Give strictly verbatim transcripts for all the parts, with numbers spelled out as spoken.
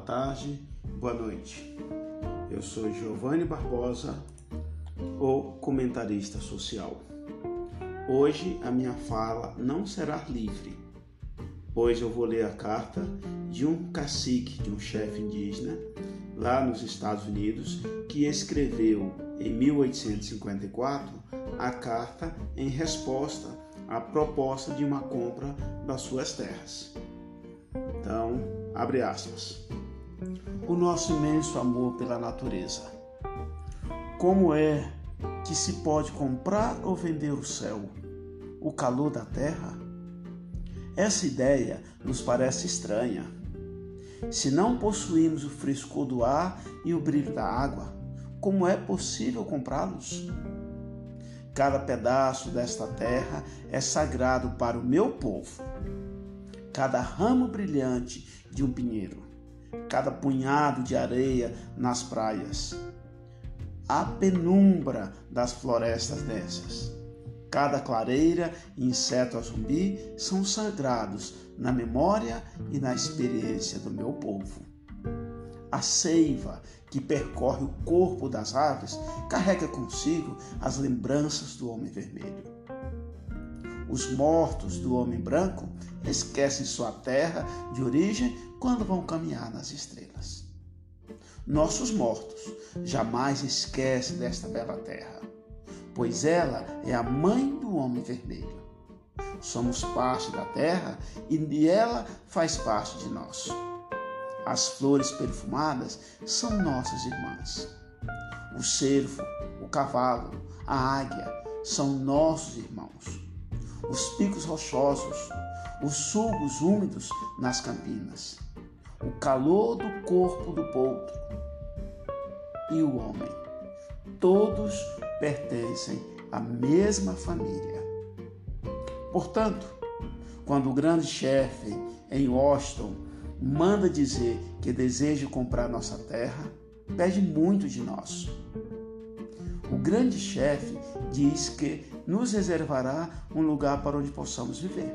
tarde, boa noite. Eu sou Giovanni Barbosa, o comentarista social. Hoje a minha fala não será livre, pois eu vou ler a carta de um cacique, de um chefe indígena, lá nos Estados Unidos, que escreveu em mil oitocentos e cinquenta e quatro a carta em resposta à proposta de uma compra das suas terras. Então, abre aspas. O nosso imenso amor pela natureza. Como é que se pode comprar ou vender o céu, o calor da terra? Essa ideia nos parece estranha. Se não possuímos o frescor do ar e o brilho da água, como é possível comprá-los? Cada pedaço desta terra é sagrado para o meu povo. Cada ramo brilhante de um pinheiro, cada punhado de areia nas praias, a penumbra das florestas densas, cada clareira e inseto a zumbi são sagrados na memória e na experiência do meu povo. A seiva que percorre o corpo das árvores carrega consigo as lembranças do homem vermelho. Os mortos do homem branco esquecem sua terra de origem quando vão caminhar nas estrelas. Nossos mortos jamais esquecem desta bela terra, pois ela é a mãe do homem vermelho. Somos parte da terra e ela faz parte de nós. As flores perfumadas são nossas irmãs. O cervo, o cavalo, a águia são nossos irmãos. Os picos rochosos, os sulgos úmidos nas campinas, o calor do corpo do potro e o homem, todos pertencem à mesma família. Portanto, quando o grande chefe em Washington manda dizer que deseja comprar nossa terra, pede muito de nós. O grande chefe diz que nos reservará um lugar para onde possamos viver.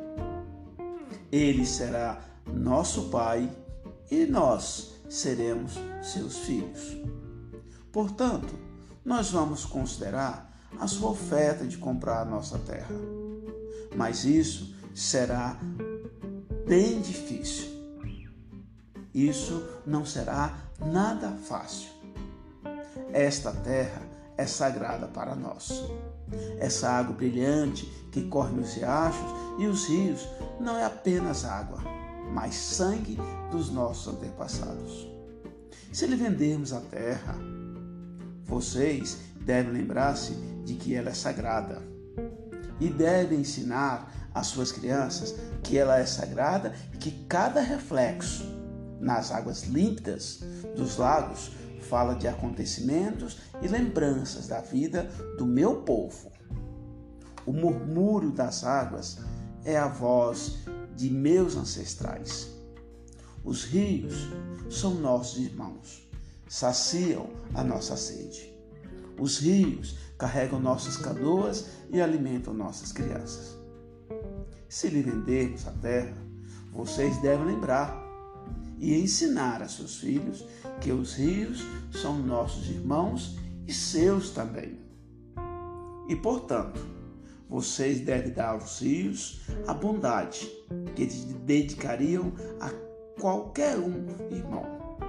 Ele será nosso pai e nós seremos seus filhos. Portanto, nós vamos considerar a sua oferta de comprar a nossa terra. Mas isso será bem difícil. Isso não será nada fácil. Esta terra é sagrada para nós. Essa água brilhante que corre nos riachos e os rios não é apenas água, mas sangue dos nossos antepassados. Se lhe vendermos a terra, vocês devem lembrar-se de que ela é sagrada e devem ensinar às suas crianças que ela é sagrada e que cada reflexo nas águas límpidas dos lagos fala de acontecimentos e lembranças da vida do meu povo. O murmúrio das águas é a voz de meus ancestrais. Os rios são nossos irmãos, saciam a nossa sede. Os rios carregam nossas canoas e alimentam nossas crianças. Se lhe vendermos a terra, vocês devem lembrar e ensinar a seus filhos que os rios são nossos irmãos e seus também. E, portanto, vocês devem dar aos rios a bondade que eles dedicariam a qualquer um irmão.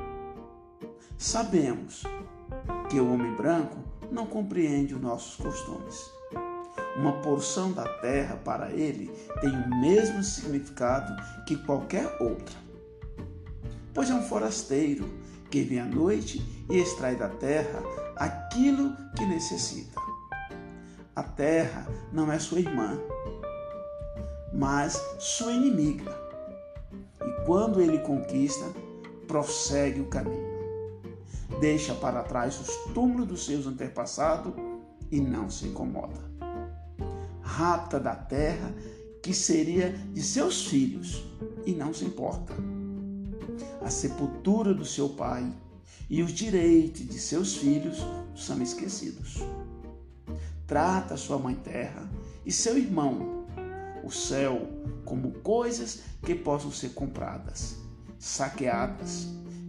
Sabemos que o homem branco não compreende os nossos costumes. Uma porção da terra para ele tem o mesmo significado que qualquer outra, pois é um forasteiro que vem à noite e extrai da terra aquilo que necessita. A terra não é sua irmã, mas sua inimiga. E quando ele conquista, prossegue o caminho. Deixa para trás os túmulos dos seus antepassados e não se incomoda. Rapta da terra que seria de seus filhos e não se importa. A sepultura do seu pai e os direitos de seus filhos são esquecidos. Trata sua mãe terra e seu irmão, o céu, como coisas que possam ser compradas, saqueadas,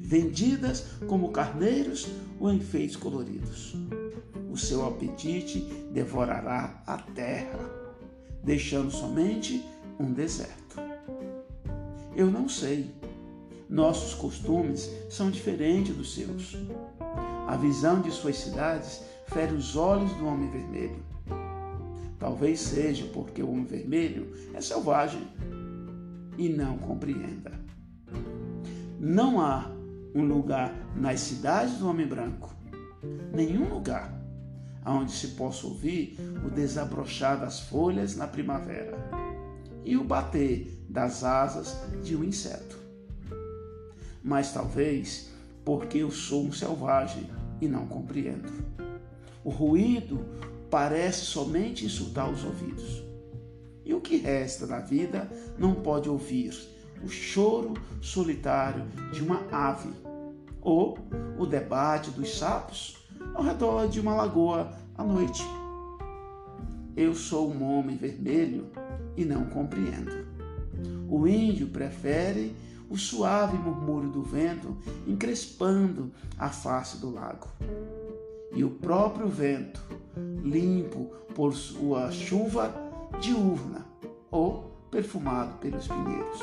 vendidas como carneiros ou enfeites coloridos. O seu apetite devorará a terra, deixando somente um deserto. Eu não sei. Nossos costumes são diferentes dos seus. A visão de suas cidades fere os olhos do homem vermelho. Talvez seja porque o homem vermelho é selvagem e não compreenda. Não há um lugar nas cidades do homem branco, nenhum lugar onde se possa ouvir o desabrochar das folhas na primavera e o bater das asas de um inseto. Mas talvez porque eu sou um selvagem e não compreendo. O ruído parece somente insultar os ouvidos. E o que resta da vida não pode ouvir o choro solitário de uma ave ou o debate dos sapos ao redor de uma lagoa à noite. Eu sou um homem vermelho e não compreendo. O índio prefere o suave murmúrio do vento encrespando a face do lago. E o próprio vento, limpo por sua chuva diurna ou perfumado pelos pinheiros.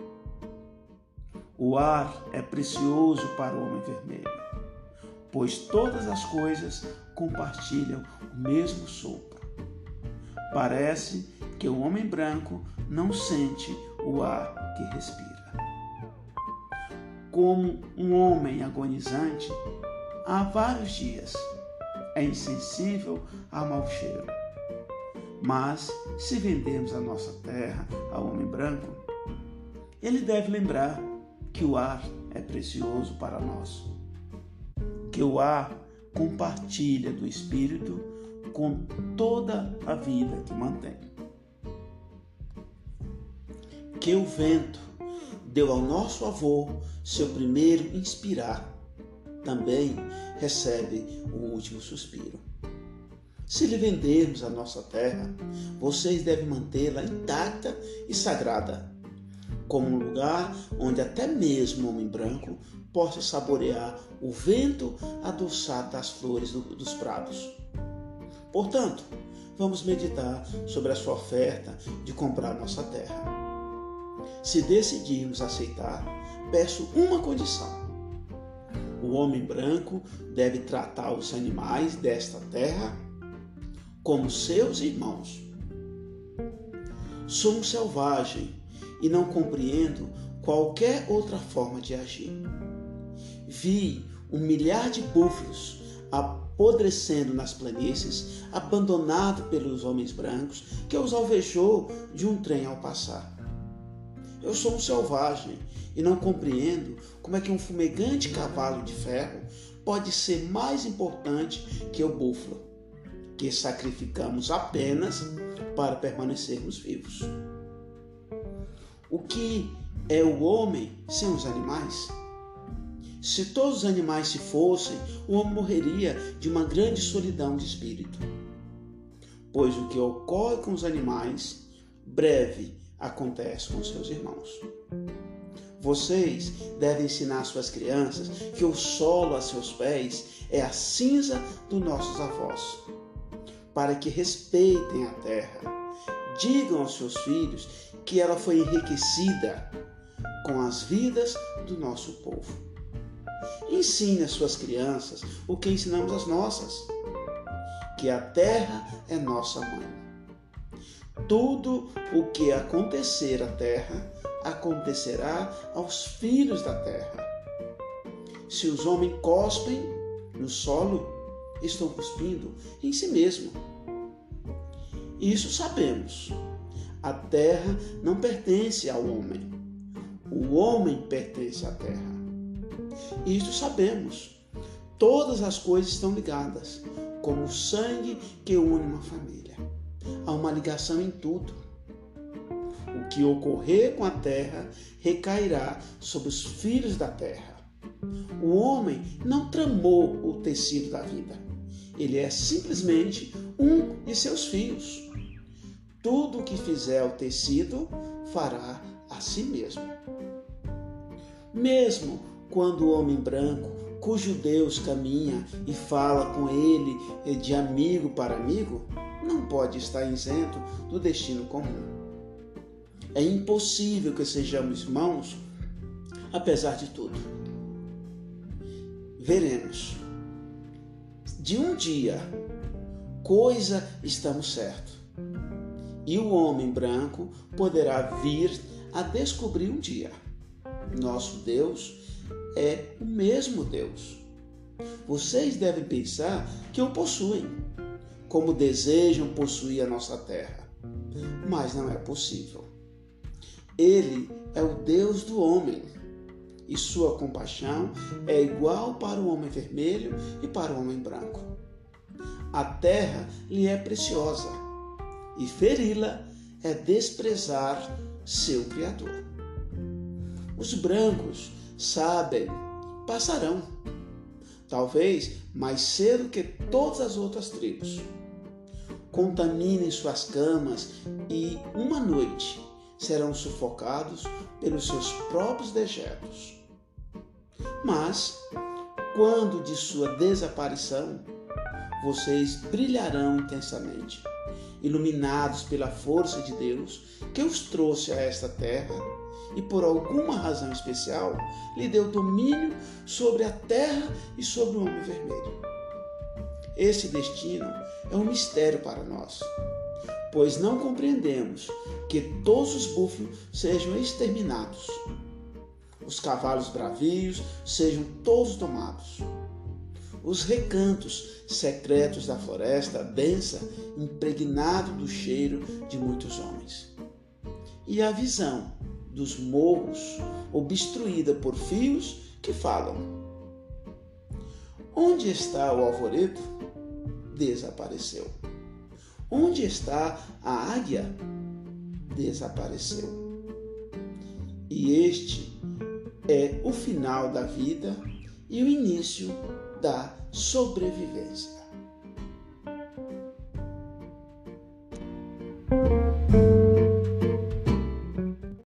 O ar é precioso para o homem vermelho, pois todas as coisas compartilham o mesmo sopro. Parece que o homem branco não sente o ar que respira. Como um homem agonizante, há vários dias, é insensível a mau cheiro. Mas, se vendermos a nossa terra ao homem branco, ele deve lembrar que o ar é precioso para nós, que o ar compartilha do Espírito com toda a vida que mantém. Que o vento deu ao nosso avô seu primeiro inspirar, também recebe o último suspiro. Se lhe vendermos a nossa terra, vocês devem mantê-la intacta e sagrada, como um lugar onde até mesmo o homem branco possa saborear o vento adoçado das flores do, dos prados. Portanto, vamos meditar sobre a sua oferta de comprar nossa terra. Se decidirmos aceitar, peço uma condição. O homem branco deve tratar os animais desta terra como seus irmãos. Sou um selvagem e não compreendo qualquer outra forma de agir. Vi um milhar de búfalos apodrecendo nas planícies, abandonado pelos homens brancos que os alvejou de um trem ao passar. Eu sou um selvagem e não compreendo como é que um fumegante cavalo de ferro pode ser mais importante que o búfalo, que sacrificamos apenas para permanecermos vivos. O que é o homem sem os animais? Se todos os animais se fossem, o homem morreria de uma grande solidão de espírito. Pois o que ocorre com os animais, breve acontece com seus irmãos. Vocês devem ensinar suas crianças que o solo a seus pés é a cinza dos nossos avós, para que respeitem a terra. Digam aos seus filhos que ela foi enriquecida com as vidas do nosso povo. Ensine às suas crianças o que ensinamos às nossas, que a terra é nossa mãe. Tudo o que acontecer à terra, acontecerá aos filhos da terra. Se os homens cospem no solo, estão cuspindo em si mesmo. Isso sabemos. A terra não pertence ao homem. O homem pertence à terra. Isso sabemos. Todas as coisas estão ligadas, como o sangue que une uma família. Há uma ligação em tudo. O que ocorrer com a terra recairá sobre os filhos da terra. O homem não tramou o tecido da vida. Ele é simplesmente um de seus fios. Tudo o que fizer o tecido fará a si mesmo. Mesmo quando o homem branco, cujo Deus caminha e fala com ele de amigo para amigo, não pode estar isento do destino comum. É impossível que sejamos irmãos, apesar de tudo. Veremos. De um dia, coisa estamos certo. E o homem branco poderá vir a descobrir um dia. Nosso Deus é o mesmo Deus. Vocês devem pensar que o possuem, como desejam possuir a nossa terra. Mas não é possível. Ele é o Deus do homem, e sua compaixão é igual para o homem vermelho e para o homem branco. A terra lhe é preciosa, e feri-la é desprezar seu Criador. Os brancos, sabem, passarão, talvez mais cedo que todas as outras tribos. Contaminem suas camas e, uma noite, serão sufocados pelos seus próprios dejetos. Mas, quando de sua desaparição, vocês brilharão intensamente, iluminados pela força de Deus que os trouxe a esta terra e, por alguma razão especial, lhe deu domínio sobre a terra e sobre o homem vermelho. Esse destino é um mistério para nós, pois não compreendemos que todos os búfalos sejam exterminados, os cavalos bravios sejam todos domados, os recantos secretos da floresta densa impregnado do cheiro de muitos homens, e a visão dos morros obstruída por fios que falam. Onde está o alvoredo? Desapareceu. Onde está a águia? Desapareceu. E este é o final da vida e o início da sobrevivência.